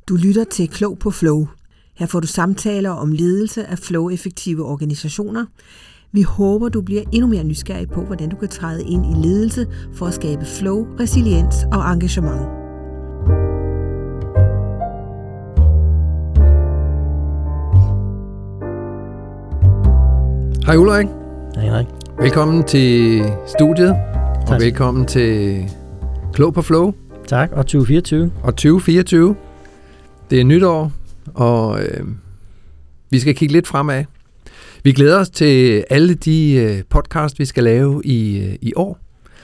Du lytter til Klog på Flow. Her får du samtaler om ledelse af flow-effektive organisationer. Vi håber, du bliver endnu mere nysgerrig på, hvordan du kan træde ind i ledelse for at skabe flow, resiliens og engagement. Hej Ulrik. Hej Henrik. Velkommen til studiet, Tak. og velkommen til Klog på Flow. Tak, og 2024. Og 2024, det er nytår, og vi skal kigge lidt fremad. Vi glæder os til alle de podcast, vi skal lave i år.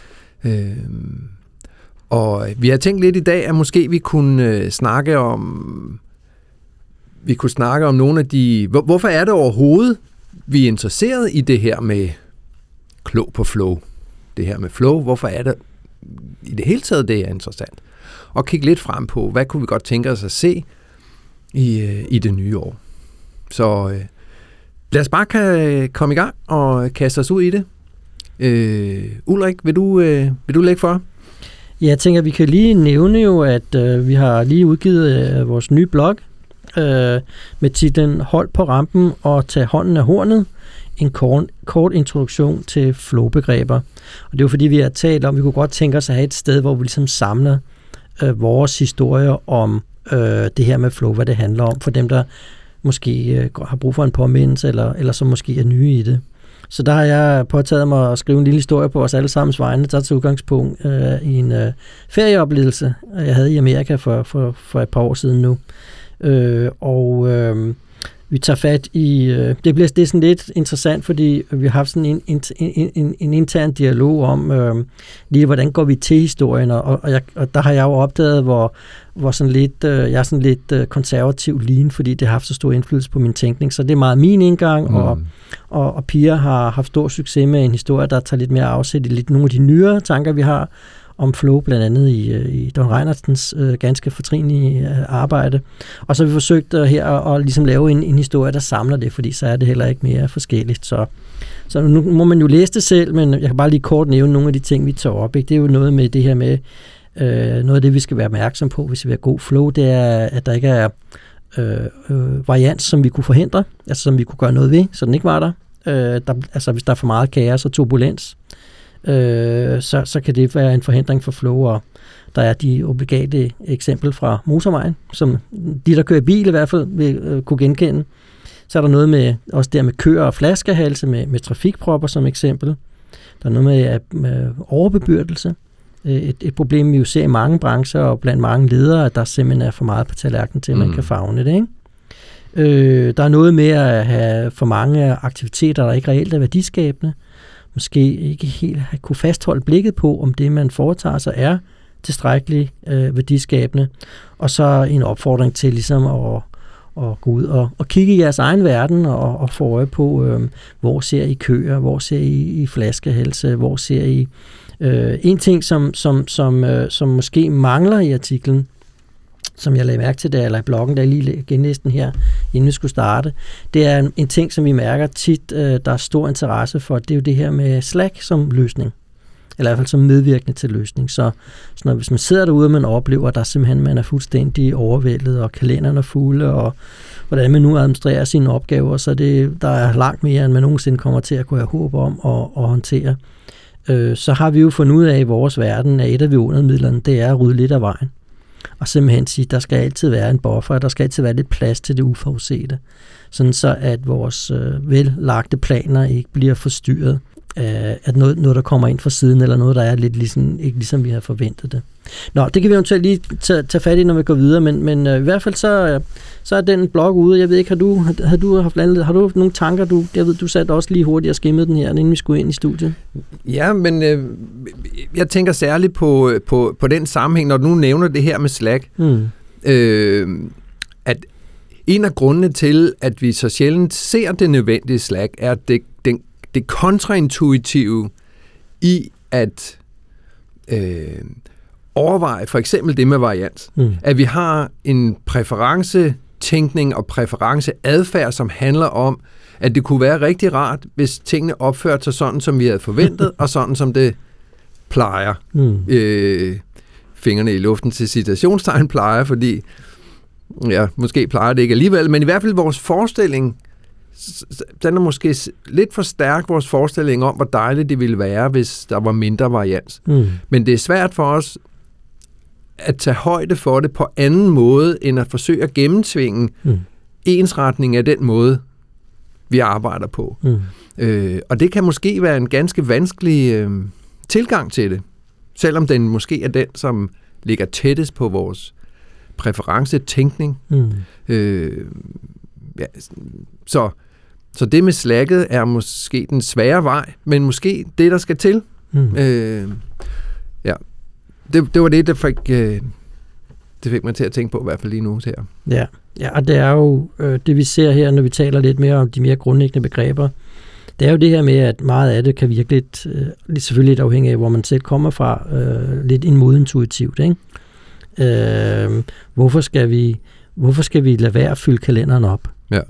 Og vi har tænkt lidt i dag, at måske vi kunne snakke om nogle af de... Hvorfor er det overhovedet, vi er interesseret i det her med klog på flow? Det her med flow, hvorfor er det i det hele taget, det er interessant? Og kigge lidt frem på, hvad kunne vi godt tænke os at se i det nye år. Så lad os bare komme i gang og kaste os ud i det. Ulrik, vil du lægge for? Ja, jeg tænker, vi kan lige nævne jo, at vi har lige udgivet vores nye blog med titlen Hold på rampen og tag hånden af hornet. En kort introduktion til flow-begreber. Og det er jo fordi, vi har talt om, vi kunne godt tænke os at have et sted, hvor vi ligesom samler vores historier om det her med flow, hvad det handler om, for dem, der måske har brug for en påmindelse, eller som måske er nye i det. Så der har jeg påtaget mig at skrive en lille historie på os alle sammens vegne, der tager udgangspunkt i en ferieoplevelse, jeg havde i Amerika for et par år siden nu. Vi tager fat i... Det er sådan lidt interessant, fordi vi har haft sådan en intern dialog om lige, hvordan går vi til historien, og der har jeg jo opdaget, hvor sådan lidt, jeg er sådan lidt konservativ lean, fordi det har haft så stor indflydelse på min tænkning, så det er meget min indgang, og Pia har haft stor succes med en historie, der tager lidt mere afsæt i nogle af de nyere tanker, vi har om flow, blandt andet i Don Reinertsens ganske fortrinlige arbejde. Og så har vi forsøgt her at ligesom lave en historie, der samler det, fordi så er det heller ikke mere forskelligt. Så nu må man jo læse det selv, men jeg kan bare lige kort nævne nogle af de ting, vi tager op. Ikke? Det er jo noget med det her med, noget af det, vi skal være opmærksom på, hvis vi vil have god flow, det er, at der ikke er varians, som vi kunne forhindre, altså som vi kunne gøre noget ved, så den ikke var der. Altså hvis der er for meget kaos og turbulens, så kan det være en forhindring for flow, og der er de obligate eksempel fra motorvejen, som de, der kører bil i hvert fald, vil kunne genkende. Så er der noget med, også der med køer og flaskehalse, med trafikpropper som eksempel. Der er noget med overbebyrdelse. Et problem, vi jo ser i mange brancher og blandt mange ledere, at der simpelthen er for meget på tallerkenen til, at man kan favne det, ikke? Der er noget med at have for mange aktiviteter, der ikke reelt er værdiskabende. Måske ikke helt kunne fastholde blikket på, om det, man foretager sig, er tilstrækkeligt værdiskabende. Og så en opfordring til ligesom at gå ud og kigge i jeres egen verden og få øje på, hvor ser I køer, hvor ser I flaskehalse, hvor ser I... En ting, som måske mangler i artiklen, som jeg lagde mærke til, i bloggen, da jeg lige genlæste den her, inden vi skulle starte, det er en ting, som vi mærker tit, der er stor interesse for, det er jo det her med Slack som løsning, eller i hvert fald som medvirkende til løsning. Så når, hvis man sidder derude, og man oplever, at der simpelthen man er fuldstændig overvældet, og kalenderen er fulde, og hvordan man nu administrerer sine opgaver, så der er langt mere, end man nogensinde kommer til at kunne have håb om at håndtere. Så har vi jo fundet ud af i vores verden, at et af vidundermidlerne, det er at rydde lidt af vejen. Og simpelthen sige, at der skal altid være en buffer, der skal altid være lidt plads til det uforudsete. Sådan så, at vores vellagte planer ikke bliver forstyrret af noget, der kommer ind fra siden, eller noget, der er lidt ikke ligesom vi har forventet det. Nå, det kan vi eventuelt lige tage fat i, når vi går videre, men i hvert fald så er den blog ude. Jeg ved ikke, har du nogle tanker? Jeg ved, du satte også lige hurtigt og skimmede den her, inden vi skulle ind i studiet. Ja, men jeg tænker særligt på den sammenhæng, når du nu nævner det her med Slack, at en af grundene til, at vi så sjældent ser det nødvendige Slack, er det kontraintuitive i at overveje for eksempel det med varians. At vi har en præferencetænkning og præferenceadfærd, som handler om, at det kunne være rigtig rart, hvis tingene opførte sig sådan, som vi havde forventet, og sådan, som det plejer. Fingrene i luften til citationstegn plejer, fordi Ja, måske plejer det ikke alligevel, men i hvert fald vores forestilling, den er måske lidt for stærk, vores forestilling om, hvor dejligt det ville være, hvis der var mindre varians. Men det er svært for os at tage højde for det på anden måde, end at forsøge at gennemtvinge ensretning af den måde, vi arbejder på. Og det kan måske være en ganske vanskelig tilgang til det, selvom den måske er den, som ligger tættest på vores præferencetænkning. Ja, så det med slækket er måske den svære vej, men måske det, der skal til. Ja, det var det, der fik mig til at tænke på, i hvert fald lige nu her. Ja, og det er jo det, vi ser her, når vi taler lidt mere om de mere grundlæggende begreber. Det er jo det her med, at meget af det kan virke lidt selvfølgelig lidt afhængig af, hvor man selv kommer fra, lidt modintuitivt, ikke? Hvorfor skal vi lade være at fylde kalenderen op? Ja.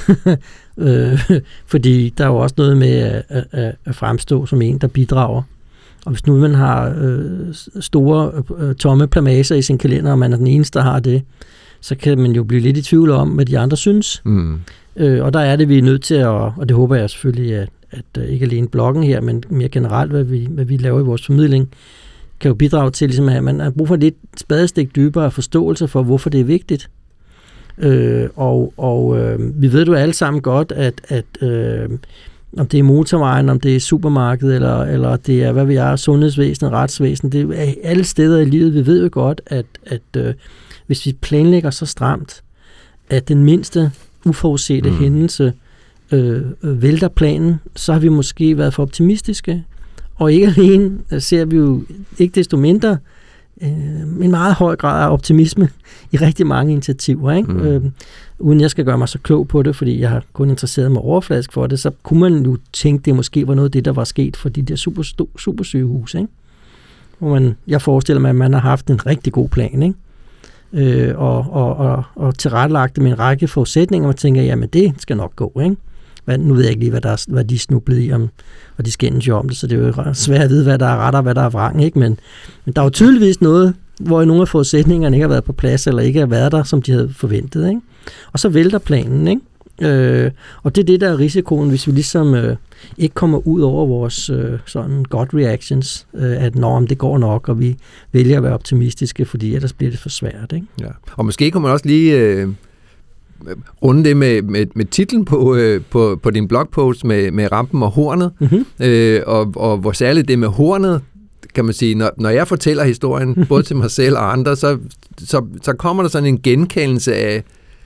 Fordi der er jo også noget med at fremstå som en, der bidrager. Og hvis nu man har store tomme plamager i sin kalender, og man er den eneste, der har det, så kan man jo blive lidt i tvivl om, hvad de andre synes. Og der er det, vi er nødt til at, og det håber jeg selvfølgelig, at ikke alene bloggen her, men mere generelt, hvad vi laver i vores formidling, kan jo bidrage til, ligesom, at man har brug for lidt spadestik dybere forståelse for, hvorfor det er vigtigt. Vi ved jo alle sammen godt, at om det er motorvejen, om det er supermarkedet, eller det er, hvad vi er, sundhedsvæsenet, retsvæsenet, det er alle steder i livet. Vi ved jo godt, at hvis vi planlægger så stramt, at den mindste uforudsete hændelse vælter planen, så har vi måske været for optimistiske. Og ikke alene ser vi jo ikke desto mindre en meget høj grad af optimisme i rigtig mange initiativer. Ikke? Uden jeg skal gøre mig så klog på det, fordi jeg har kun interesseret mig overfladisk for det, så kunne man jo tænke, det måske var noget af det, der var sket for de der supersygehus. Ikke? Hvor jeg forestiller mig, at man har haft en rigtig god plan, ikke? Og tilrettelagt med en række forudsætninger, og man tænker, jamen det skal nok gå, ikke? Nu ved jeg ikke lige, hvad de snublede i, og de skændes jo om det, så det er jo svært at vide, hvad der er ret og hvad der er vrang, ikke? Men der er jo tydeligvis noget, hvor nogle af forudsætningerne ikke har været på plads, eller ikke har været der, som de havde forventet, ikke? Og så vælter planen, ikke? Og det er det, der er risikoen, hvis vi ligesom ikke kommer ud over vores sådan gut reactions, at det går nok, og vi vælger at være optimistiske, fordi ellers bliver det for svært, ikke? Ja. Og måske kunne man også lige runde det med titlen på din blogpost med rampen og hornet, og hvor særligt det med hornet, kan man sige, når jeg fortæller historien, både til mig selv og andre, så kommer der sådan en genkendelse af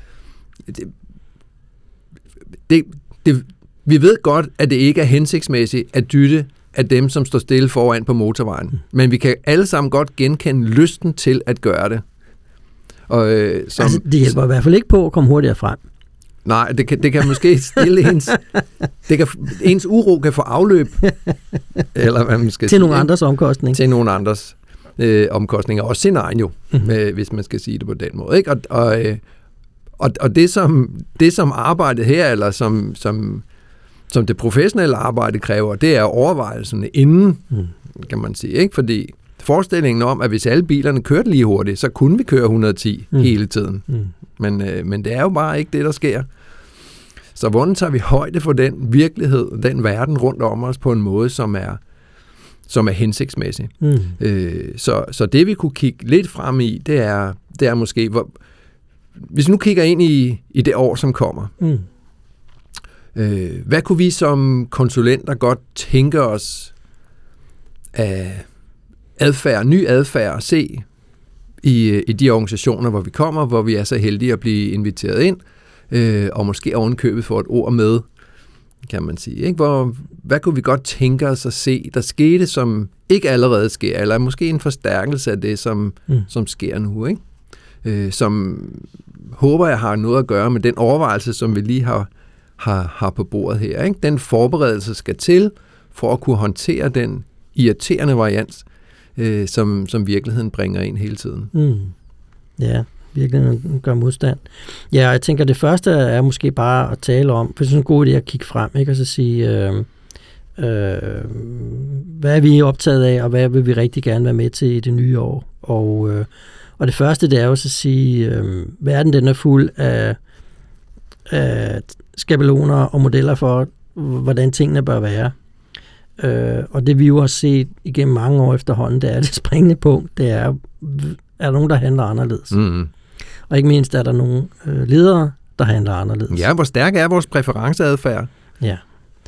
vi ved godt, at det ikke er hensigtsmæssigt at dytte af dem, som står stille foran på motorvejen. Men vi kan alle sammen godt genkende lysten til at gøre det. Og, det hjælper i hvert fald ikke på at komme hurtigere frem. Nej, det kan måske stille ens uro kan få afløb, eller hvad man skal til nogle andres omkostninger. Til nogle andres omkostninger, og sin egen jo, hvis man skal sige det på den måde. Ikke? Og det som arbejdet her, eller som det professionelle arbejde kræver, det er overvejelserne inden, kan man sige. Ikke? Fordi forestillingen om, at hvis alle bilerne kørte lige hurtigt, så kunne vi køre 110 hele tiden. Men det er jo bare ikke det, der sker. Så hvordan tager vi højde for den virkelighed, den verden rundt om os på en måde, som er hensigtsmæssig. Så det, vi kunne kigge lidt frem i, det er måske, hvis vi nu kigger ind i det år, som kommer, hvad kunne vi som konsulenter godt tænke os af ny adfærd at se i de organisationer, hvor vi kommer, hvor vi er så heldige at blive inviteret ind, og måske ovenkøbet for et ord med, kan man sige. Ikke? Hvad kunne vi godt tænke os at se, der skete, som ikke allerede sker, eller måske en forstærkelse af det, som sker nu, ikke? Som håber jeg har noget at gøre med den overvejelse, som vi lige har på bordet her. Ikke? Den forberedelse skal til, for at kunne håndtere den irriterende varians, som virkeligheden bringer ind hele tiden. Ja, virkeligheden gør modstand. Ja, jeg tænker, det første er måske bare at tale om, for det er sådan en god idé at kigge frem, ikke? Og så sige, hvad er vi optaget af, og hvad vil vi rigtig gerne være med til i det nye år? Og det første, det er jo at sige, verden den er fuld af skabeloner og modeller for, hvordan tingene bør være. Og det vi jo har set igennem mange år efterhånden, det er det springende punkt, det er der nogen, der handler anderledes. Mm. Og ikke mindst er der nogle ledere, der handler anderledes. Ja, hvor stærk er vores præferenceadfærd? Ja.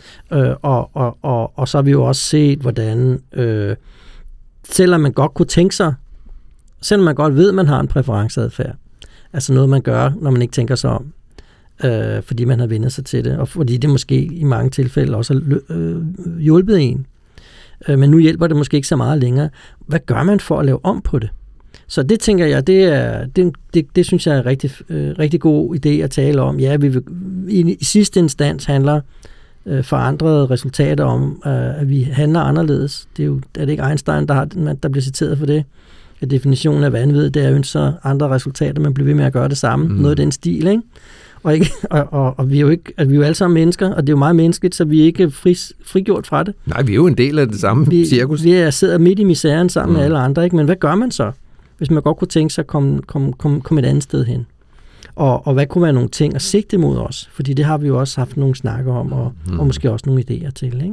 Og så har vi jo også set, hvordan selvom man godt kunne tænke sig, selvom man godt ved, at man har en præferenceadfærd, altså noget, man gør, når man ikke tænker sig om, fordi man har vendt sig til det, og fordi det måske i mange tilfælde også har hjulpet en. Men nu hjælper det måske ikke så meget længere. Hvad gør man for at lave om på det? Så det tænker jeg, det synes jeg er en rigtig god idé at tale om. Ja, vi vil, i sidste instans handler forandrede resultater om, at vi handler anderledes. Det er det ikke Einstein, der bliver citeret for det? At definitionen af vanvid, det er at ønske andre resultater, man bliver ved med at gøre det samme. Noget af den stil, ikke? Og vi er jo alle sammen mennesker, og det er jo meget menneskeligt, så vi er ikke frigjort fra det. Nej, vi er jo en del af det samme cirkus. Vi sidder midt i misæren sammen med alle andre, ikke? Men hvad gør man så, hvis man godt kunne tænke sig at komme et andet sted hen? Og hvad kunne være nogle ting at sigte mod os? Fordi det har vi jo også haft nogle snakker om, og måske også nogle idéer til, ikke?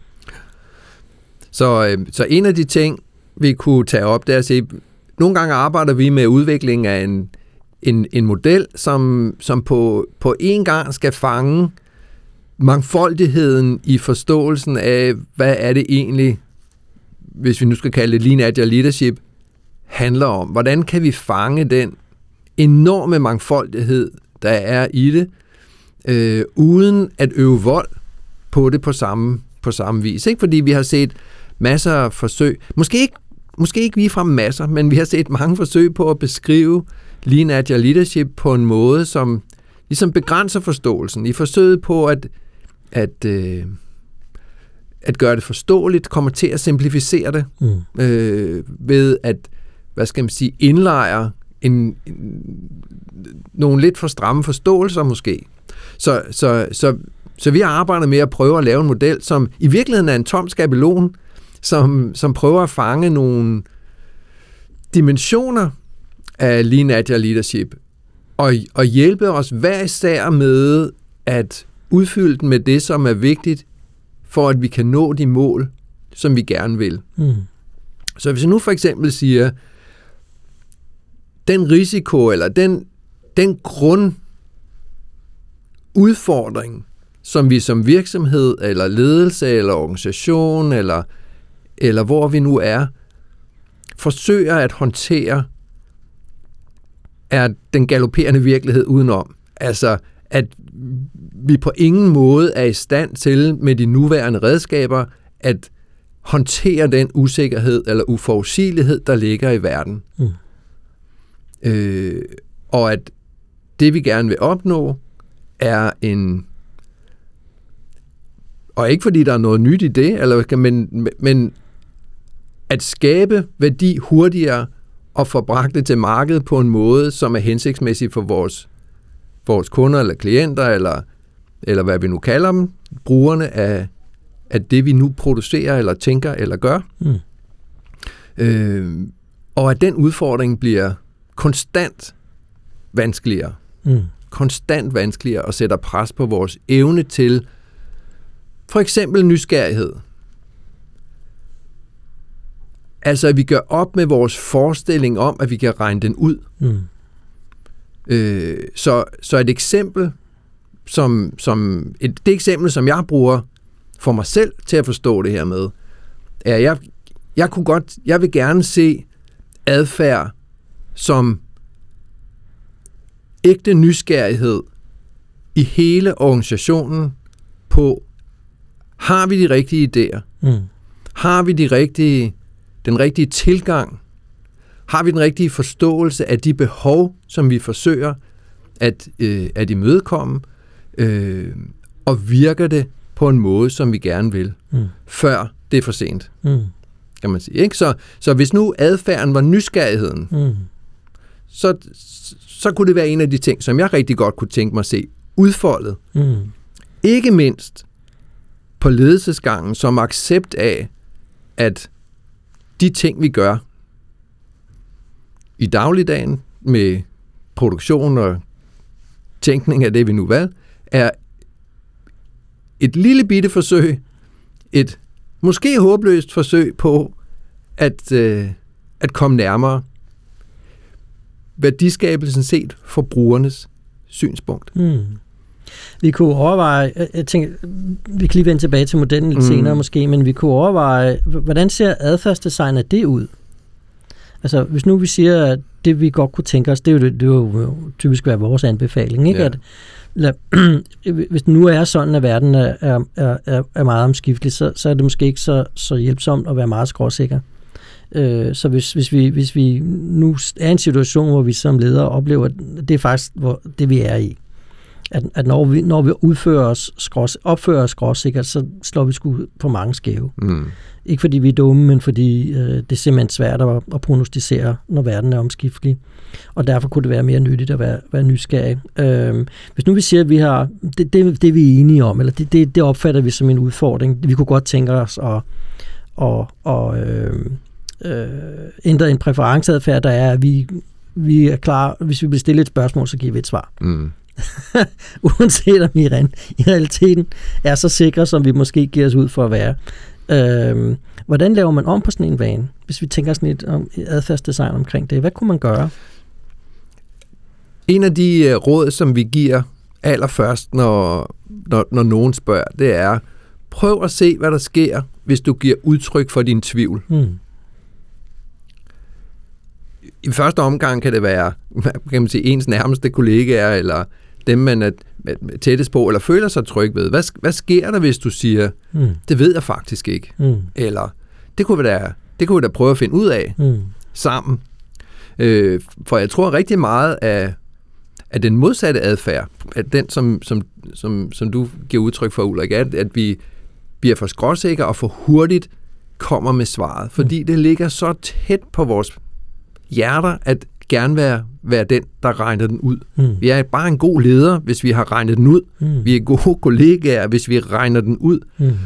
Så en af de ting, vi kunne tage op, det er at se, nogle gange arbejder vi med udvikling af en model, som på en gang skal fange mangfoldigheden i forståelsen af, hvad er det egentlig, hvis vi nu skal kalde det Lean Agile Leadership, handler om. Hvordan kan vi fange den enorme mangfoldighed, der er i det, uden at øve vold på det på samme vis. Ikke? Fordi vi har set masser af forsøg, måske ikke ligefrem masser, men vi har set mange forsøg på at beskrive Lean Agile Leadership på en måde, som ligesom begrænser forståelsen. I forsøget på at gøre det forståeligt, kommer til at simplificere det, ved at, hvad skal man sige, indlejre nogle lidt for stramme forståelser måske. Så vi har arbejdet med at prøve at lave en model, som i virkeligheden er en tom skabelon, som prøver at fange nogle dimensioner af Lean Agile Leadership, og hjælpe os hver især med at udfylde den med det, som er vigtigt, for at vi kan nå de mål, som vi gerne vil. Så hvis jeg nu for eksempel siger, den risiko, eller den grundudfordring, som vi som virksomhed, eller ledelse, eller organisation, eller hvor vi nu er, forsøger at håndtere, er den galopperende virkelighed udenom. Altså, at vi på ingen måde er i stand til, med de nuværende redskaber, at håndtere den usikkerhed eller uforudsigelighed, der ligger i verden. Og at det, vi gerne vil opnå, er og ikke fordi der er noget nyt i det, men at skabe værdi hurtigere og få bragt det til markedet på en måde, som er hensigtsmæssig for vores kunder eller klienter, eller hvad vi nu kalder dem, brugerne af det, vi nu producerer, eller tænker, eller gør. Og at den udfordring bliver konstant vanskeligere. Konstant vanskeligere og sætter pres på vores evne til for eksempel nysgerrighed. Altså, at vi gør op med vores forestilling om, at vi kan regne den ud. Så et eksempel, det eksempel, som jeg bruger for mig selv til at forstå det her med, er, jeg vil gerne se adfærd som ægte nysgerrighed i hele organisationen på, har vi de rigtige idéer? Har vi den rigtige tilgang? Har vi den rigtige forståelse af de behov, som vi forsøger at imødekomme? Og virker det på en måde, som vi gerne vil, før det er for sent? Kan man sige, ikke? Så hvis nu adfærden var nysgerrigheden, så kunne det være en af de ting, som jeg rigtig godt kunne tænke mig at se udfoldet. Ikke mindst på ledelsesgangen, som accept af, at de ting, vi gør, i dagligdagen med produktion og tænkning af det, vi nu valg, er et lille bitte forsøg, et måske håbløst forsøg på at komme nærmere værdiskabelsen set fra brugernes synspunkt. Vi kunne overveje, jeg tænker, vi kan lige vende tilbage til modellen lidt senere måske, men vi kunne overveje, hvordan ser adfærdsdesign af det ud? Altså, hvis nu vi siger, at det vi godt kunne tænke os, det vil jo typisk være vores anbefaling, ikke? Ja. Hvis det nu er sådan, at verden er meget omskiftelig, så er det måske ikke så hjælpsomt at være meget skråsikker. Så hvis vi nu er i en situation, hvor vi som ledere oplever, at det er faktisk det, vi er i, at når vi opfører os skråsikkert, så slår vi sgu på mange skæve. Ikke fordi vi er dumme, men fordi det er simpelthen svært at prognostisere, når verden er omskiftelig. Og derfor kunne det være mere nyttigt at være nysgerrig. Hvis nu vi siger, at vi har det vi er enige om, eller det opfatter vi som en udfordring. Vi kunne godt tænke os at ændre en præferenceadfærd, der er, at vi er klar, hvis vi vil stille et spørgsmål, så giver vi et svar. Uanset om vi i realiteten er så sikre, som vi måske giver os ud for at være. Hvordan laver man om på sådan en vane? Hvis vi tænker sådan lidt om adfærdsdesign omkring det, hvad kunne man gøre? En af de råd, som vi giver allerførst, når nogen spørger, det er, prøv at se, hvad der sker, hvis du giver udtryk for din tvivl. I første omgang kan det være, kan man sige, ens nærmeste kollegaer, eller dem, man er tættest på, eller føler sig tryg ved. Hvad sker der, hvis du siger, det ved jeg faktisk ikke? Eller, det kunne vi da prøve at finde ud af sammen. For jeg tror rigtig meget af den modsatte adfærd, at den, som du giver udtryk for, Ulrik, at vi bliver for skråsikre og for hurtigt kommer med svaret. Fordi det ligger så tæt på vores hjerter, at gerne være den, der regner den ud. Vi er bare en god leder, hvis vi har regnet den ud. Vi er gode kollegaer, hvis vi regner den ud.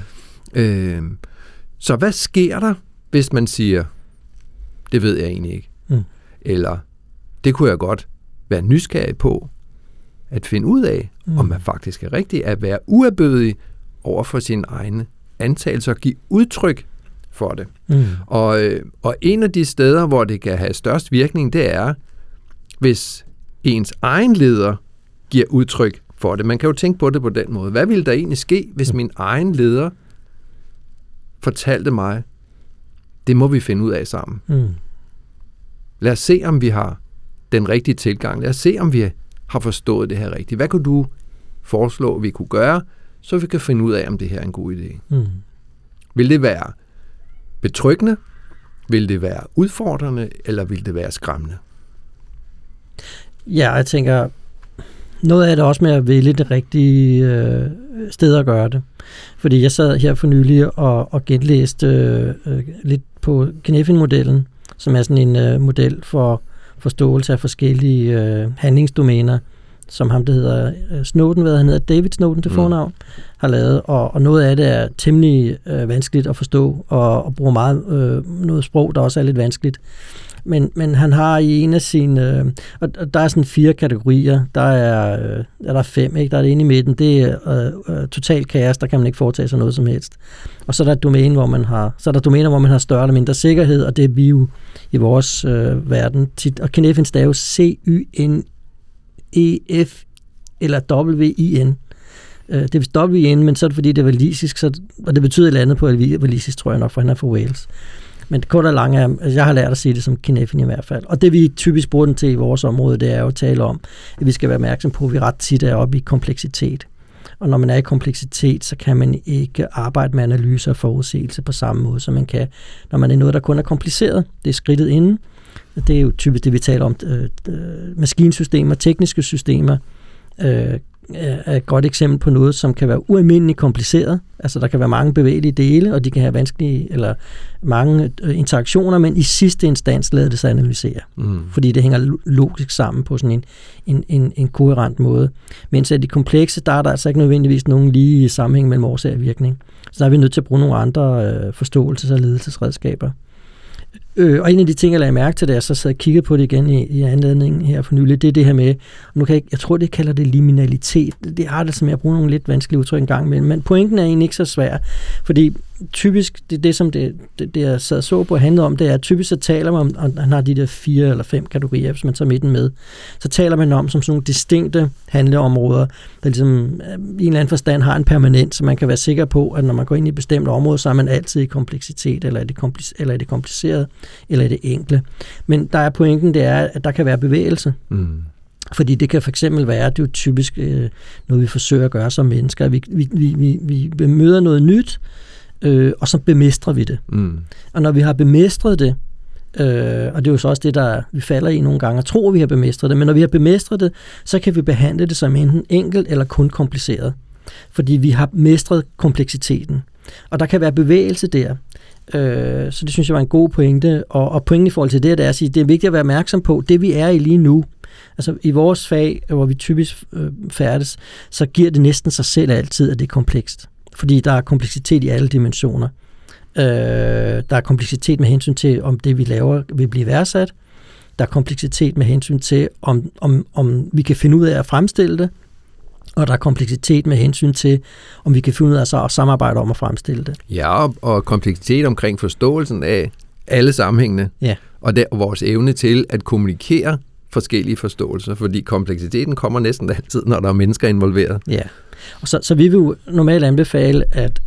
Så hvad sker der, hvis man siger, det ved jeg egentlig ikke? Eller, det kunne jeg godt være nysgerrig på, at finde ud af, om man faktisk er rigtig, at være uærbødig over for sine egne antagelser og give udtryk for det. Og en af de steder, hvor det kan have størst virkning, det er, hvis ens egen leder giver udtryk for det. Man kan jo tænke på det på den måde. Hvad ville der egentlig ske, hvis min egen leder fortalte mig, det må vi finde ud af sammen. Lad os se, om vi har den rigtige tilgang. Lad os se, om vi har forstået det her rigtigt. Hvad kunne du foreslå, vi kunne gøre, så vi kan finde ud af, om det her er en god idé? Vil det være betryggende? Vil det være udfordrende? Eller vil det være skræmmende? Ja, jeg tænker, noget af det også med at vælge det rigtige sted at gøre det. Fordi jeg sad her for nylig og genlæste lidt på Cynefin-modellen, som er sådan en model for forståelse af forskellige handlingsdomæner, som ham, der hedder Snowden, hvad han hedder, David Snowden til fornavn, har lavet, og noget af det er temmelig vanskeligt at forstå, og bruger meget noget sprog, der også er lidt vanskeligt. Men han har i en af sine, og der er sådan 4 kategorier, der er 5, ikke? Der er det inde i midten, det er total kaos, der kan man ikke foretage sig noget som helst. Og så er der domæner, hvor man har større eller mindre sikkerhed, og det er vi jo i vores verden tit, og Cynefin staves C-Y-N E-F eller W-I-N. Det er vist W-I-N, men så er det fordi, det er walisisk, og det betyder et eller andet på walisisk, tror jeg nok, for han er fra Wales. Men det kort og langt er, altså jeg har lært at sige det som Cynefin i hvert fald. Og det vi typisk bruger den til i vores område, det er jo at tale om, at vi skal være opmærksom på, at vi ret tit er oppe i kompleksitet. Og når man er i kompleksitet, så kan man ikke arbejde med analyse og forudsigelse på samme måde, som man kan, når man er noget, der kun er kompliceret. Det er skridtet inden. Det er jo typisk det, vi taler om. Maskinsystemer, tekniske systemer er et godt eksempel på noget, som kan være ualmindeligt kompliceret. Altså, der kan være mange bevægelige dele, og de kan have vanskelige eller mange interaktioner, men i sidste instans lader det sig analysere. Fordi det hænger logisk sammen på sådan en koherent måde. Mens at de komplekse, der er der altså ikke nødvendigvis nogen lige sammenhæng mellem årsag og virkning. Så der er vi nødt til at bruge nogle andre forståelses- og ledelsesredskaber. Og en af de ting, jeg lagde mærke til, da jeg så sad og kiggede på det igen i anledningen her for nylig, det er det her med, nu kan jeg tror, det kalder det liminalitet. Det er det, som jeg bruger nogle lidt vanskelige udtryk en gang imellem, men pointen er egentlig ikke så svær, fordi typisk, det som det jeg sad og så på handler om, det er, at typisk så taler man om, han har de der 4 eller 5 kategorier, hvis man tager midten med, så taler man om som sådan nogle distinkte handleområder, der ligesom i en eller anden forstand har en permanent, så man kan være sikker på, at når man går ind i et bestemt område, så er man altid i kompleksitet, eller i det komplicerede, eller i det enkle. Men der er pointen, det er, at der kan være bevægelse. Mm. Fordi det kan for eksempel være, det er jo typisk noget, vi forsøger at gøre som mennesker. Vi møder noget nyt, og så bemestrer vi det. Mm. Og når vi har bemestret det, og det er jo så også det, der vi falder i nogle gange, og tror, vi har bemestret det, men når vi har bemestret det, så kan vi behandle det som enten enkelt eller kun kompliceret. Fordi vi har mestret kompleksiteten. Og der kan være bevægelse der. Så det synes jeg var en god pointe. Og pointen i forhold til det er at sige, det er vigtigt at være opmærksom på, det vi er i lige nu, altså i vores fag, hvor vi typisk færdes, så giver det næsten sig selv altid, at det er komplekst. Fordi der er kompleksitet i alle dimensioner. Der er kompleksitet med hensyn til, om det vi laver vil blive værdsat. Der er kompleksitet med hensyn til, om vi kan finde ud af at fremstille det. Og der er kompleksitet med hensyn til, om vi kan finde ud af at samarbejde om at fremstille det. Ja, og kompleksitet omkring forståelsen af alle sammenhængene. Ja. Og vores evne til at kommunikere forskellige forståelser, fordi kompleksiteten kommer næsten altid, når der er mennesker involveret. Ja, og så vi vil jo normalt anbefale, at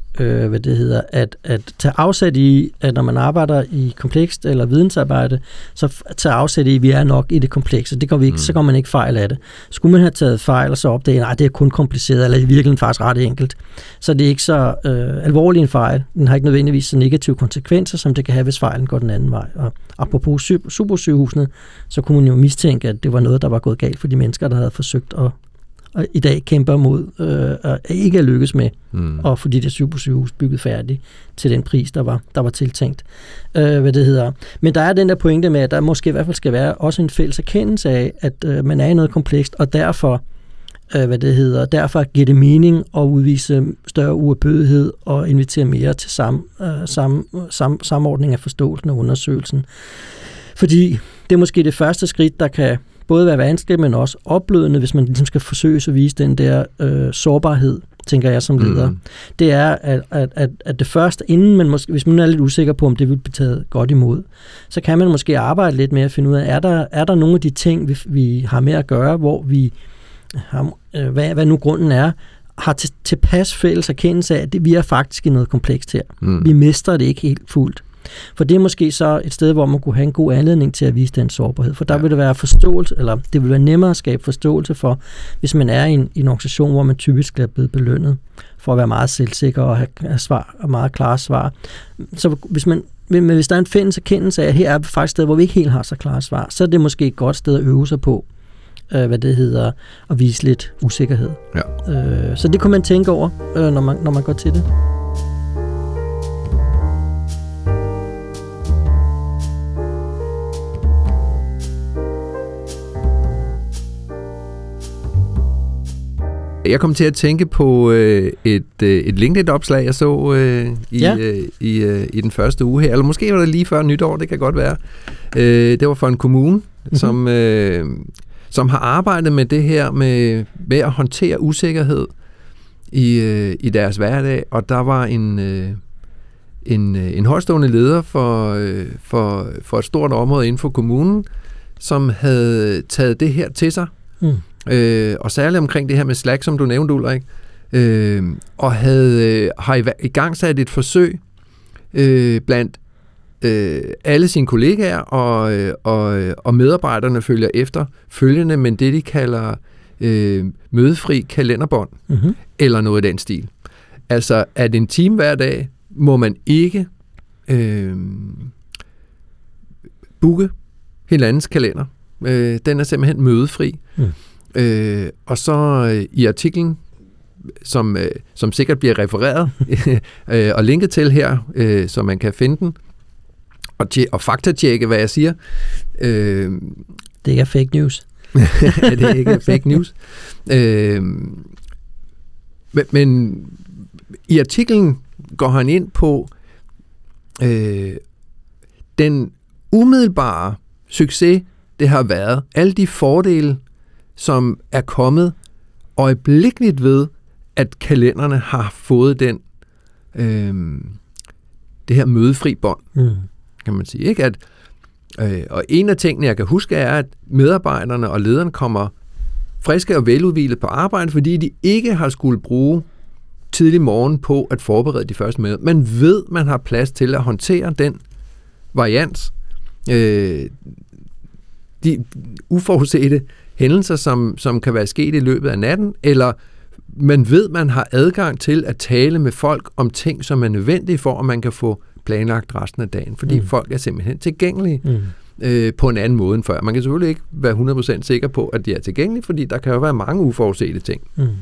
at tage afsæt i, at når man arbejder i komplekst eller vidensarbejde, så tage afsæt i, at vi er nok i det komplekse. Det går vi ikke, så går man ikke fejl af det. Skulle man have taget fejl og så opdage, nej, det er kun kompliceret, eller i virkeligheden faktisk ret enkelt, så det er ikke så alvorlig en fejl. Den har ikke nødvendigvis så negative konsekvenser, som det kan have, hvis fejlen går den anden vej. Og apropos supersygehusene, så kunne man jo mistænke, at det var noget, der var gået galt for de mennesker, der havde forsøgt at og i dag kæmper mod at ikke at lykkes med, og fordi det supersygehus bygget færdigt til den pris, der var tiltænkt. Men der er den der pointe med, at der måske i hvert fald skal være også en fælles erkendelse af, at man er i noget komplekst, og derfor giver det mening at udvise større uerbødighed og invitere mere til samordning af forståelsen og undersøgelsen. Fordi det er måske det første skridt, der kan både være vanskeligt, men også opblødende, hvis man ligesom skal forsøge at vise den der sårbarhed, tænker jeg som leder. Det er, at det første, inden man måske, hvis man er lidt usikker på, om det vil blive taget godt imod, så kan man måske arbejde lidt med at finde ud af, er der nogle af de ting, vi har med at gøre, hvor vi har, hvad nu grunden er, har tilpas fælles erkendelse af, at vi er faktisk i noget komplekst her. Vi mestrer det ikke helt fuldt. For det er måske så et sted, hvor man kunne have en god anledning til at vise den sårbarhed. For der vil det være forståelse, eller det vil være nemmere at skabe forståelse for, hvis man er i en organisation, hvor man typisk er blevet belønnet for at være meget selvsikker og have svar, og meget klare svar. Så hvis der er en fælles erkendelse af, at her er faktisk et sted, hvor vi ikke helt har så klare svar, så er det måske et godt sted at øve sig på, at vise lidt usikkerhed. Ja. Så det kunne man tænke over, når man går til det. Jeg kom til at tænke på et LinkedIn-opslag, jeg så i den første uge her. Eller måske var det lige før nytår, det kan godt være. Det var for en kommune, som har arbejdet med det her med at håndtere usikkerhed i deres hverdag. Og der var en højstående leder for et stort område inden for kommunen, som havde taget det her til sig. Og særligt omkring det her med Slack, som du nævnte, Ulrik, og har i gang sat et forsøg blandt alle sine kollegaer, og medarbejderne følger efter følgende, men det de kalder mødefri kalenderbånd, eller noget i den stil. Altså, at en time hver dag må man ikke booke hinandens kalender. Den er simpelthen mødefri. Og så i artiklen, som sikkert bliver refereret og linket til her, så man kan finde den, og faktatjekke, hvad jeg siger. Det ikke er fake news. Det er ikke fake news. Men i artiklen går han ind på den umiddelbare succes, det har været alle de fordele, som er kommet øjeblikkeligt ved, at kalenderne har fået den det her mødefri bånd, kan man sige. Ikke? Og en af tingene, jeg kan huske, er, at medarbejderne og lederne kommer friske og veludhvilet på arbejde, fordi de ikke har skulle bruge tidlig morgen på at forberede de første møder. Man ved, man har plads til at håndtere den varians. De uforudsete hændelser, som kan være sket i løbet af natten, eller man ved, man har adgang til at tale med folk om ting, som er nødvendige for, at man kan få planlagt resten af dagen, fordi folk er simpelthen tilgængelige på en anden måde end før. Man kan selvfølgelig ikke være 100% sikker på, at de er tilgængelige, fordi der kan jo være mange uforudsete ting.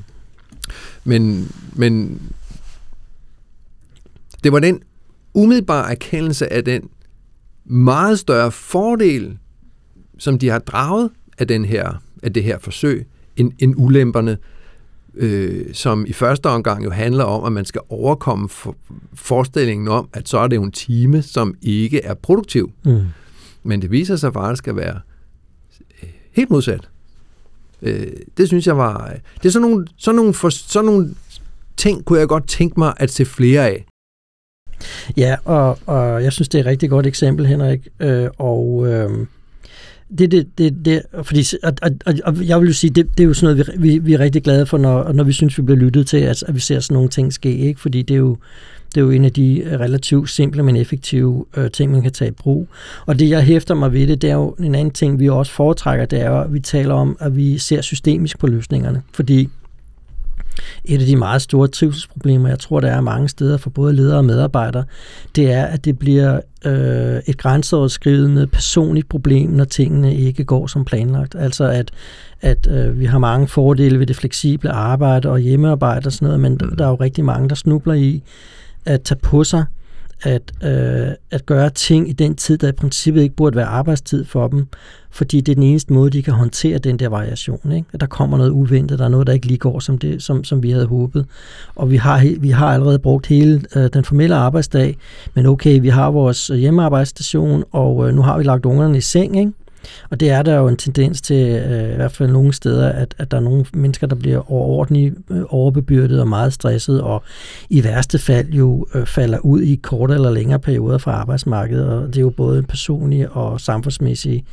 Men det var den umiddelbare erkendelse af den meget større fordel, som de har draget af det her forsøg, end ulemperne, som i første omgang jo handler om, at man skal overkomme forestillingen om, at så er det jo en time, som ikke er produktiv. Men det viser sig faktisk at være helt modsat. Det synes jeg var... Det er sådan nogle ting, kunne jeg godt tænke mig at se flere af. Ja, og jeg synes, det er et rigtig godt eksempel, Henrik. Fordi jeg vil jo sige, det er jo sådan noget, vi er rigtig glade for, når vi synes, vi bliver lyttet til, at vi ser sådan nogle ting ske, ikke? Fordi det er jo en af de relativt simple, men effektive ting, man kan tage i brug. Og det, jeg hæfter mig ved det er jo en anden ting, vi også foretrækker, det er jo, at vi taler om, at vi ser systemisk på løsningerne. Fordi et af de meget store trivselsproblemer, jeg tror, der er mange steder for både ledere og medarbejdere, det er, at det bliver et grænseoverskridende personligt problem, når tingene ikke går som planlagt. Altså at vi har mange fordele ved det fleksible arbejde og hjemmearbejde og sådan noget, men der er jo rigtig mange, der snubler i at tage på sig, at gøre ting i den tid, der i princippet ikke burde være arbejdstid for dem, fordi det er den eneste måde, de kan håndtere den der variation. Ikke? At der kommer noget uventet, der er noget, der ikke lige går som vi havde håbet. Og vi har allerede brugt hele den formelle arbejdsdag, men okay, vi har vores hjemmearbejdsstation, og nu har vi lagt ungerne i seng, ikke? Og det er der jo en tendens til, i hvert fald nogle steder, at der er nogle mennesker, der bliver overordentligt overbebyrdet og meget stresset, og i værste fald jo falder ud i kortere eller længere perioder fra arbejdsmarkedet, og det er jo både personlige og samfundsmæssige,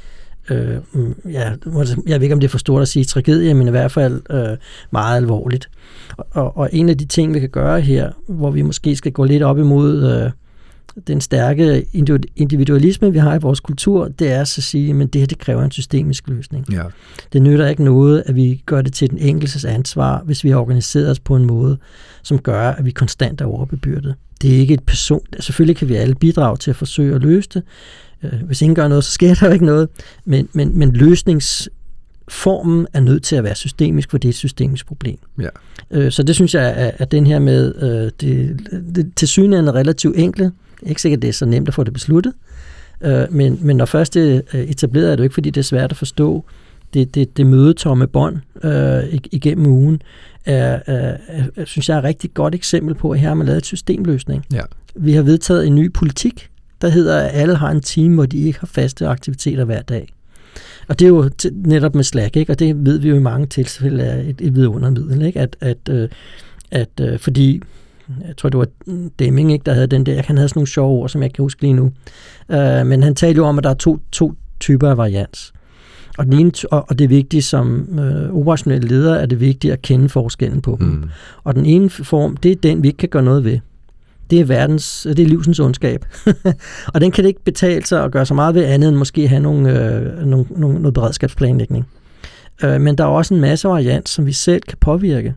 jeg ved ikke, om det er for stort at sige tragedie, men i hvert fald meget alvorligt. Og en af de ting, vi kan gøre her, hvor vi måske skal gå lidt op imod den stærke individualisme, vi har i vores kultur, det er så at sige, men det her, det kræver en systemisk løsning. Ja. Det nytter ikke noget, at vi gør det til den enkeltes ansvar, hvis vi har organiseret os på en måde, som gør, at vi konstant er overbebyrdet. Det er ikke et person. Selvfølgelig kan vi alle bidrage til at forsøge at løse det. Hvis ingen gør noget, så sker der jo ikke noget. Men løsningsformen er nødt til at være systemisk, for det er et systemisk problem. Ja. Så det synes jeg, at den her med det tilsyneladende relativt enkle, ikke sikkert, det er så nemt at få det besluttet, men når først det er etableret, er det jo ikke, fordi det er svært at forstå. Det mødetomme bånd igennem ugen, synes jeg er et rigtig godt eksempel på, at her har man lavet et systemløsning. Ja. Vi har vedtaget en ny politik, der hedder, at alle har en time, hvor de ikke har faste aktiviteter hver dag. Og det er jo netop med Slack, ikke? Og det ved vi jo i mange tilfælde er et vidundermiddel, ikke? At fordi, jeg tror det var Deming, ikke, der havde den der, han havde sådan nogle sjove ord, som jeg kan huske lige nu, men han talte jo om, at der er to typer af varians. Og den ene, og det er vigtigt som operationelle leder, er det vigtigt at kende forskellen på dem. Og den ene form, det er den, vi ikke kan gøre noget ved. Det er livsens ondskab. Og den kan det ikke betale sig at gøre så meget ved andet, end måske have noget beredskabsplanlægning. Men der er også en masse variant, som vi selv kan påvirke.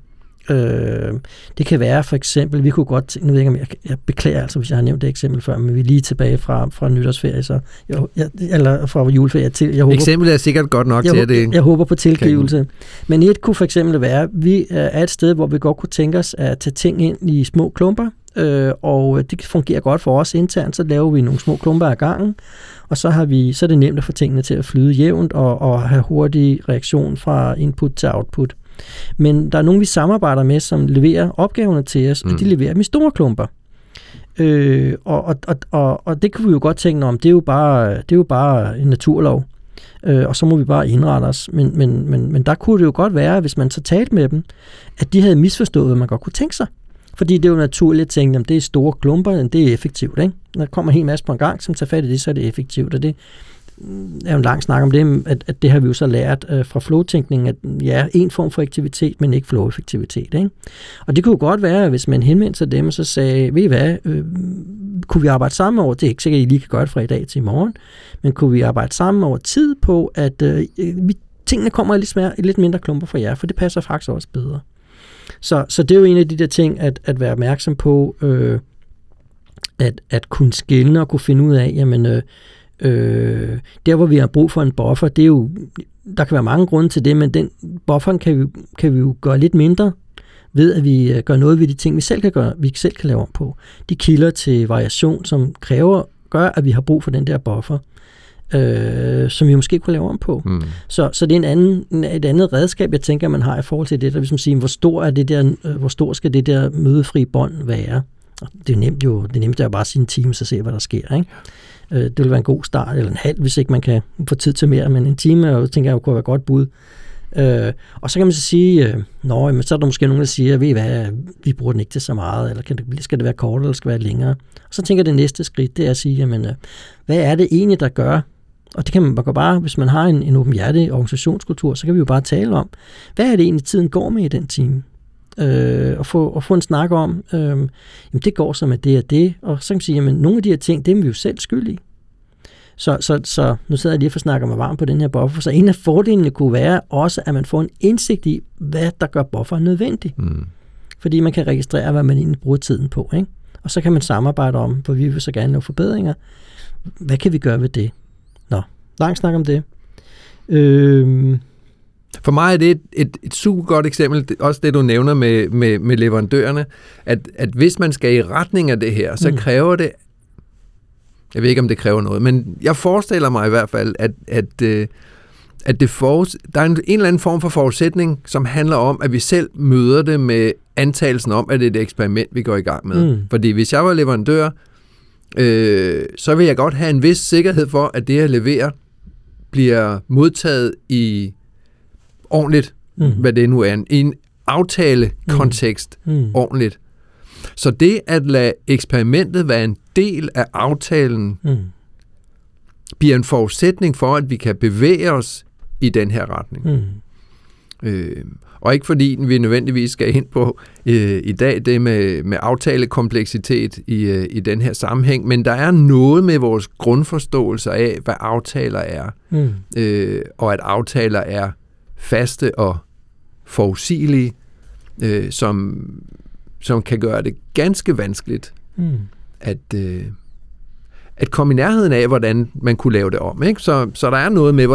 Det kan være for eksempel, vi kunne godt, nu ved jeg ikke, om jeg beklager altså, hvis jeg har nævnt det eksempel før, men vi er lige tilbage fra nytårsferie, så eller fra juleferie til. Eksemplet er sikkert godt nok til, at det... Jeg håber på tilgivelse. Men et kunne for eksempel være, vi er et sted, hvor vi godt kunne tænke os at tage ting ind i små klumper, og det fungerer godt for os internt, så laver vi nogle små klumper ad gangen, og så er det nemt at få tingene til at flyde jævnt og have hurtig reaktion fra input til output. Men der er nogen, vi samarbejder med, som leverer opgaverne til os, og de leverer dem i store klumper. Og det kunne vi jo godt tænke om, det er jo bare en naturlov. Og så må vi bare indrette os. Men der kunne det jo godt være, hvis man så talte med dem, at de havde misforstået, hvad man godt kunne tænke sig. Fordi det er jo naturligt at tænke, at det er store klumper, det er effektivt. Ikke? Når der kommer en hel masse på en gang, som tager fat i det, så er det effektivt. Og det er jo en lang snak om det, at det har vi jo så lært fra flow-tænkningen, at ja, en form for aktivitet, men ikke flow-effektivitet. Ikke? Og det kunne jo godt være, hvis man henvendte sig dem, og så sagde, ved I hvad, kunne vi arbejde sammen over, det er ikke sikkert, at I lige kan gøre det fra i dag til i morgen, men kunne vi arbejde sammen over tid på, at tingene kommer i lidt mindre klumper for jer, for det passer faktisk også bedre. Så det er jo en af de der ting, at være opmærksom på, at kunne skelne og kunne finde ud af, jamen, der hvor vi har brug for en buffer, det er jo, der kan være mange grunde til det, men den bufferen kan vi jo gøre lidt mindre, ved at vi gør noget ved de ting, vi selv kan gøre, vi selv kan lave om på. De kilder til variation, som gør, at vi har brug for den der buffer, som vi måske kunne lave om på. Så det er et andet redskab, jeg tænker, man har i forhold til det, der vil sige, hvor stor skal det der mødefri bånd være? Det er nemt at bare sige en time, så se, hvad der sker, ikke? Det vil være en god start, eller en halv, hvis ikke man kan få tid til mere, men en time, tænker jeg, kunne være et godt bud. Og så kan man så sige, men så er der måske nogen, der siger, ved I hvad, vi bruger den ikke til så meget, eller skal det være kortere, eller skal det være længere? Og så tænker jeg, det næste skridt, det er at sige, jamen, hvad er det egentlig, der gør? Og det kan man bare, hvis man har en åbenhjertig organisationskultur, så kan vi jo bare tale om, hvad er det egentlig, tiden går med i den time? Og få en snak om, jamen det går så med det og det, og så kan man sige, jamen nogle af de her ting, det er vi jo selv skyld i. Så nu sidder jeg lige og snakker mig varm på den her buffer, så en af fordelene kunne være også, at man får en indsigt i, hvad der gør bufferen nødvendig. Fordi man kan registrere, hvad man egentlig bruger tiden på, ikke? Og så kan man samarbejde om, for vi vil så gerne lave forbedringer. Hvad kan vi gøre ved det? Langt snak om det. For mig er det et super godt eksempel, også det du nævner med leverandørerne, at hvis man skal i retning af det her, så kræver det, jeg ved ikke om det kræver noget, men jeg forestiller mig i hvert fald, at der er en eller anden form for forudsætning, som handler om, at vi selv møder det med antagelsen om, at det er et eksperiment, vi går i gang med. Fordi hvis jeg var leverandør, så vil jeg godt have en vis sikkerhed for, at det, jeg leverer, bliver modtaget i ordentligt, hvad det nu er, i en aftalekontekst ordentligt. Så det at lade eksperimentet være en del af aftalen, bliver en forudsætning for, at vi kan bevæge os i den her retning. Og ikke fordi vi nødvendigvis skal ind på i dag det med aftalekompleksitet i den her sammenhæng, men der er noget med vores grundforståelse af, hvad aftaler er, og at aftaler er faste og forudsigelige, som kan gøre det ganske vanskeligt at komme i nærheden af, hvordan man kunne lave det om. Ikke? Så der er noget med,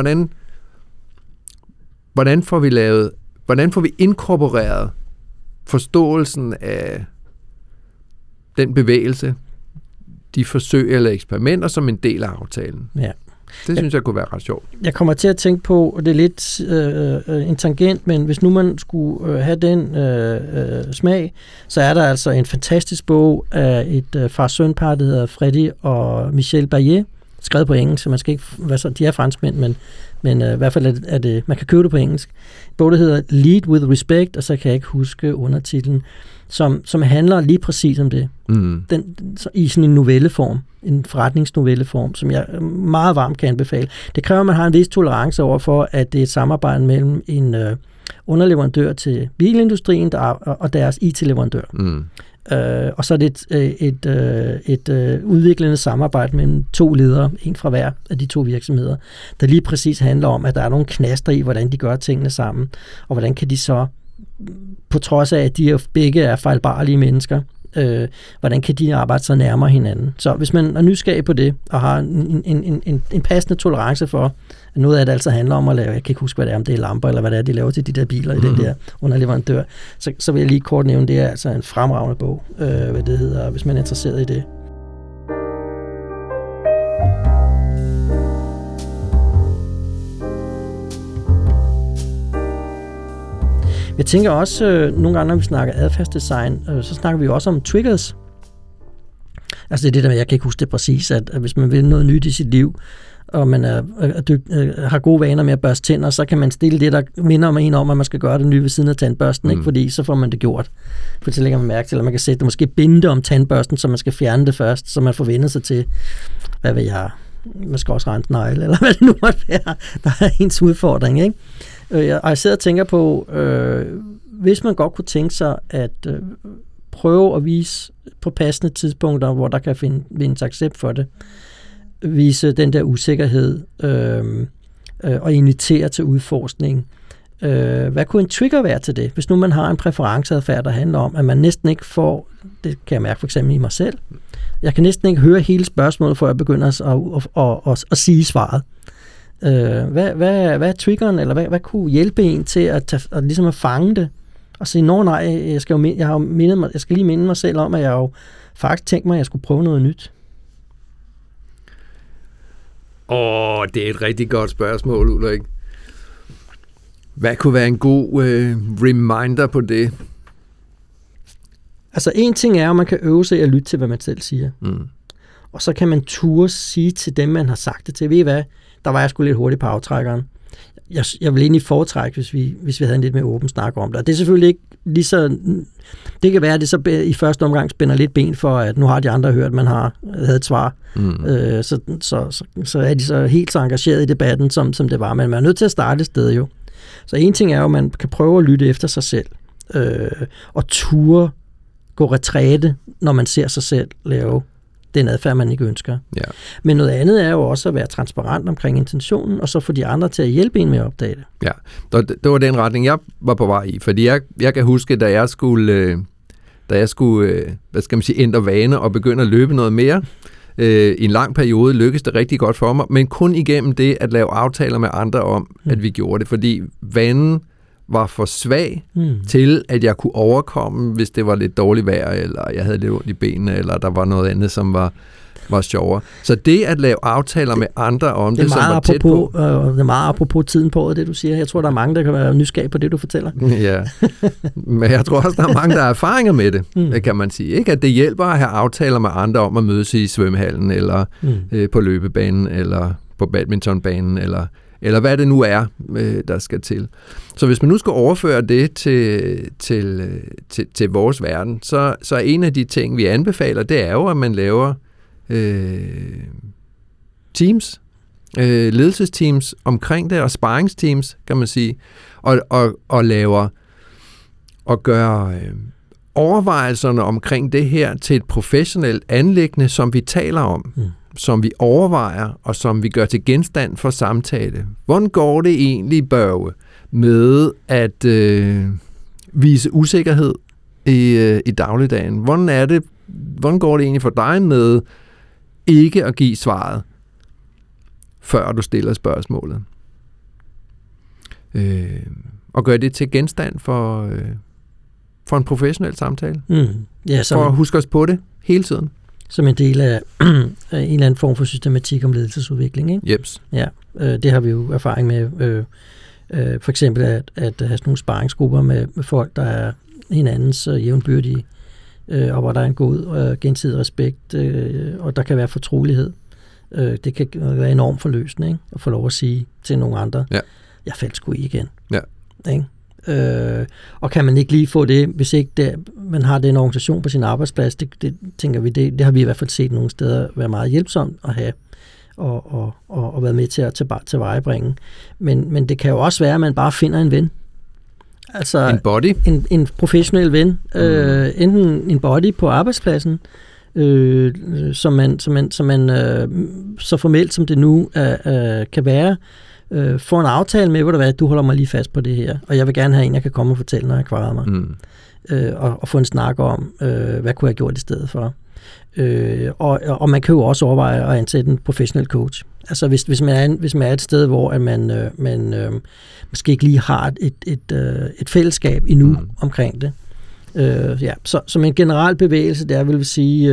hvordan får vi inkorporeret forståelsen af den bevægelse, de forsøg eller eksperimenter som en del af aftalen. Ja. Det synes jeg kunne være ret sjovt. Jeg kommer til at tænke på, og det er lidt en tangent, men hvis nu man skulle have den smag, så er der altså en fantastisk bog af et far-søn-par, der hedder Freddy og Michel Barrier, skrevet på engelsk, så man skal ikke, de er franskmænd, men i hvert fald er det, man kan købe det på engelsk. Bog, der hedder Lead with Respect, og så kan jeg ikke huske undertitlen, som handler lige præcis om det. I sådan en novelleform, en forretningsnovelleform, som jeg meget varmt kan anbefale. Det kræver, at man har en vis tolerance over for, at det er et samarbejde mellem en underleverandør til bilindustrien og deres IT-leverandør. Og så er det et udviklende samarbejde mellem to ledere, en fra hver af de to virksomheder, der lige præcis handler om, at der er nogle knaster i, hvordan de gør tingene sammen, og hvordan kan de så, på trods af, at de begge er fejlbarlige mennesker, hvordan kan de arbejde så nærmere hinanden. Så hvis man er nysgerrig på det, og har en passende tolerance for, at noget af det altså handler om at lave, jeg kan ikke huske, hvad det er, om det er lamper, eller hvad det er, de laver til de der biler i den der underleverandør, så vil jeg lige kort nævne, det er altså en fremragende bog, hvad det hedder, hvis man er interesseret i det. Jeg tænker også, nogle gange, når vi snakker adfærdsdesign, så snakker vi også om triggers. Altså det er det der med, jeg kan ikke huske det præcis, at hvis man vil noget nyt i sit liv, og man har gode vaner med at børste tænder, så kan man stille det, der minder om en om, at man skal gøre det nye ved siden af tandbørsten, ikke? Fordi så får man det gjort. For så lægger man mærke til, at man kan sætte det, måske binde det om tandbørsten, så man skal fjerne det først, så man får vendt sig til, hvad ved jeg, man skal også rense negle, eller hvad det nu måtte være, der er ens udfordring, ikke? Og jeg sidder og tænker på, hvis man godt kunne tænke sig at prøve at vise på passende tidspunkter, hvor der kan findes accept for det, vise den der usikkerhed og invitere til udforskning. Hvad kunne en trigger være til det? Hvis nu man har en præferenceadfærd, der handler om, at man næsten ikke får, det kan jeg mærke for eksempel i mig selv, jeg kan næsten ikke høre hele spørgsmålet, før jeg begynder at sige svaret. Hvad er triggeren, eller hvad kunne hjælpe en til at ligesom at fange det, og sige, nej, jeg skal lige minde mig selv om, at jeg jo faktisk tænkte mig, at jeg skulle prøve noget nyt. Det er et rigtig godt spørgsmål, Ulrik. Hvad kunne være en god reminder på det? Altså en ting er, at man kan øve sig at lytte til, hvad man selv siger. Og så kan man turde sige til dem, man har sagt det til. Ved I hvad? Der var jeg sgu lidt hurtigt på aftrækkeren. Jeg vil egentlig foretrække, hvis vi havde en lidt mere åben snak om det. Og det er selvfølgelig ikke lige så... Det kan være, at det så i første omgang spænder lidt ben for, at nu har de andre hørt, at man havde et svar. Så er de så helt så engageret i debatten, som det var. Men man er nødt til at starte et sted jo. Så en ting er jo, at man kan prøve at lytte efter sig selv. Og ture gå retræte, når man ser sig selv lave den adfærd, man ikke ønsker. Ja. Men noget andet er jo også at være transparent omkring intentionen, og så få de andre til at hjælpe en med at opdage det. Ja, det var den retning, jeg var på vej i. Fordi jeg kan huske, da jeg skulle hvad skal man sige, ændre vane og begynde at løbe noget mere, i en lang periode lykkedes det rigtig godt for mig, men kun igennem det at lave aftaler med andre om, at vi gjorde det. Fordi vanen var for svag til, at jeg kunne overkomme, hvis det var lidt dårligt vejr, eller jeg havde lidt ondt i benene, eller der var noget andet, som var sjovere. Så det at lave aftaler med andre om det som var tæt på... Det er meget apropos tiden på året, det du siger. Jeg tror, der er mange, der kan være nysgerrige på det, du fortæller. Ja, men jeg tror også, der er mange, der har erfaringer med det, kan man sige. Ikke? At det hjælper at have aftaler med andre om at mødes i svømmehallen, eller på løbebanen, eller på badmintonbanen, eller hvad det nu er, der skal til. Så hvis man nu skal overføre det til vores verden, så en af de ting, vi anbefaler, det er jo, at man laver teams, ledelsesteams omkring det, og sparringsteams, kan man sige, og laver og gør overvejelserne omkring det her til et professionelt anliggende, som vi taler om, som vi overvejer, og som vi gør til genstand for samtale. Hvordan går det egentlig, Børge, med at vise usikkerhed i dagligdagen? Hvordan går det egentlig for dig med ikke at give svaret, før du stiller spørgsmålet? Og gør det til genstand for en professionel samtale? Ja, for at huske os på det hele tiden? Som en del af en eller anden form for systematik om ledelsesudvikling, ikke? Jeps. Ja, det har vi jo erfaring med. For eksempel at have sådan nogle sparringsgrupper med folk, der er hinandens jævnbyrdige, og hvor der er en god gensidig respekt, og der kan være fortrolighed. Det kan være enormt forløsende, ikke? At få lov at sige til nogle andre, jeg faldt sgu i igen. Ja. Ikke? Og kan man ikke lige få det, hvis ikke man har den organisation på sin arbejdsplads, det tænker vi, det har vi i hvert fald set nogle steder være meget hjælpsomt at have, og være med til at tilvejebringe. Men det kan jo også være, at man bare finder en ven. Altså en body? En professionel ven. Enten en body på arbejdspladsen, som man så formelt som det nu kan være, får en aftale med, hvor du holder mig lige fast på det her, og jeg vil gerne have en, jeg kan komme og fortælle, når jeg kvarer mig. Og få en snak om, hvad kunne jeg have gjort i stedet for. Og man kan jo også overveje at ansætte en professionel coach. Altså hvis man er et sted, hvor at man måske ikke lige har et fællesskab endnu omkring det. Så som en generel bevægelse, der vil sige,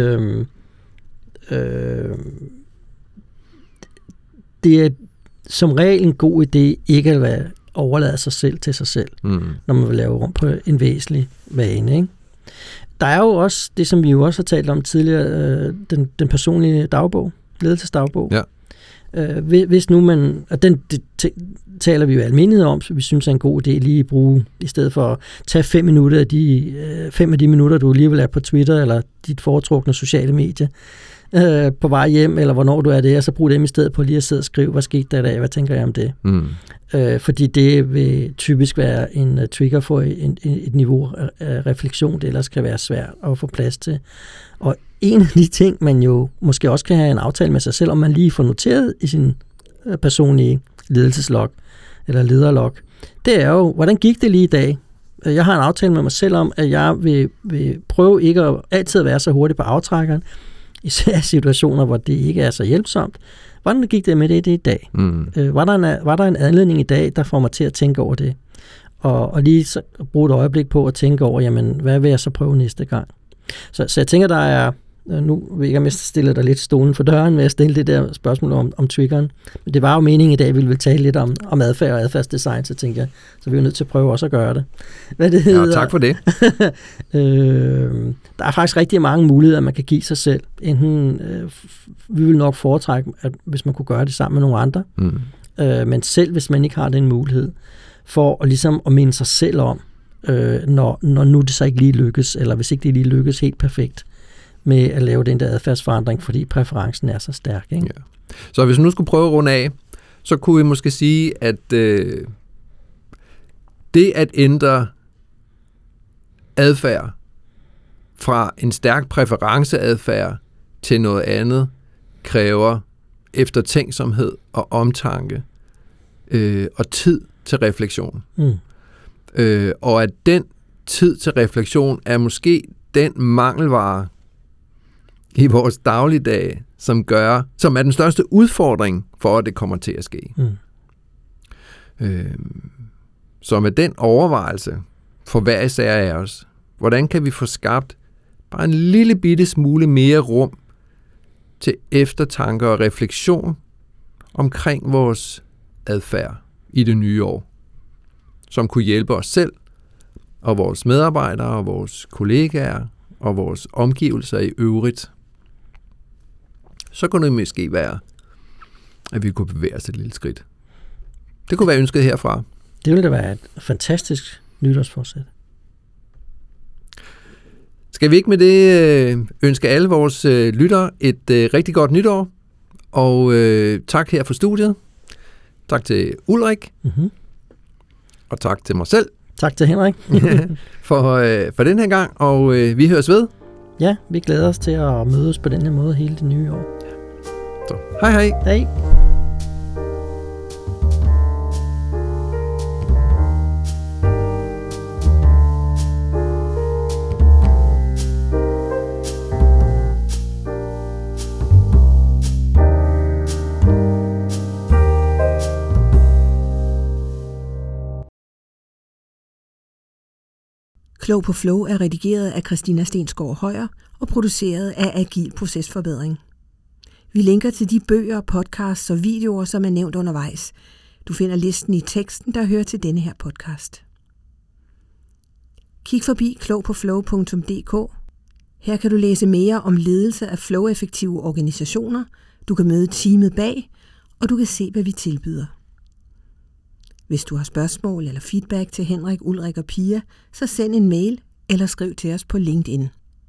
det er som regel en god idé ikke at overlade sig selv til sig selv, når man vil lave rum på en væsentlig vane, ikke? Der er jo også det, som vi jo også har talt om tidligere, den personlige dagbog, ledelsesdagbog. Ja. Hvis nu man, og taler vi jo i almindelighed om, så vi synes er en god idé lige at bruge, i stedet for at tage 5 minutter af de minutter, du alligevel er på Twitter, eller dit foretrukne sociale medie, på vej hjem, eller hvornår du er det, og så brug dem i stedet på lige at sidde og skrive, hvad skete der i dag, hvad tænker jeg om det? Fordi det vil typisk være en trigger for et niveau af refleksion, det ellers kan være svært at få plads til. Og en af de ting, man jo måske også kan have en aftale med sig selv, om man lige får noteret i sin personlige ledelseslog, eller lederlog, det er jo, hvordan gik det lige i dag? Jeg har en aftale med mig selv om, at jeg vil prøve ikke at altid være så hurtig på aftrækkeren, især situationer, hvor det ikke er så hjælpsomt. Hvordan gik det med det i dag? Var der en anledning i dag, der får mig til at tænke over det? Og lige så bruge et øjeblik på at tænke over, jamen, hvad vil jeg så prøve næste gang? Så jeg tænker, der er, nu vil jeg ikke, om jeg stiller dig lidt stolen for døren med at stille det der spørgsmål om triggeren. Men det var jo meningen i dag, at vi ville tale lidt om adfærd og adfærdsdesign, så tænkte jeg, så vi er nødt til at prøve også at gøre det. Hvad det hedder. Ja, tak for det. Der er faktisk rigtig mange muligheder, man kan give sig selv. Enten, vi vil nok foretrække, at hvis man kunne gøre det sammen med nogle andre, men selv hvis man ikke har den mulighed, for at, ligesom at minde sig selv om, når nu det så ikke lige lykkes, eller hvis ikke det lige lykkes helt perfekt, med at lave den der adfærdsforandring, fordi præferencen er så stærk. Ikke? Ja. Så hvis vi nu skulle prøve at runde af, så kunne vi måske sige, at det at ændre adfærd fra en stærk præferenceadfærd til noget andet, kræver eftertænksomhed og omtanke og tid til refleksion. Og at den tid til refleksion er måske den mangelvare i vores dagligdag, som er den største udfordring for, at det kommer til at ske. Så med den overvejelse for hver især af os, hvordan kan vi få skabt bare en lille bitte smule mere rum til eftertanke og refleksion omkring vores adfærd i det nye år, som kunne hjælpe os selv og vores medarbejdere og vores kollegaer og vores omgivelser i øvrigt. Så kunne det måske være, at vi kunne bevæge os et lille skridt. Det kunne være ønsket herfra. Det ville da være et fantastisk nytårsforsæt. Skal vi ikke med det ønske alle vores lyttere et rigtig godt nytår? Og tak her for studiet. Tak til Ulrik. Og tak til mig selv. Tak til Henrik. for den her gang, og vi høres ved. Ja, vi glæder os til at mødes på den her måde hele det nye år. Så, hej hej. Hej. Klog på Flow er redigeret af Christina Stensgaard Højer og produceret af Agil Procesforbedring. Vi linker til de bøger, podcasts og videoer, som er nævnt undervejs. Du finder listen i teksten, der hører til denne her podcast. Kig forbi klogpåflow.dk. Her kan du læse mere om ledelse af flow-effektive organisationer, du kan møde teamet bag, og du kan se, hvad vi tilbyder. Hvis du har spørgsmål eller feedback til Henrik, Ulrik og Pia, så send en mail eller skriv til os på LinkedIn.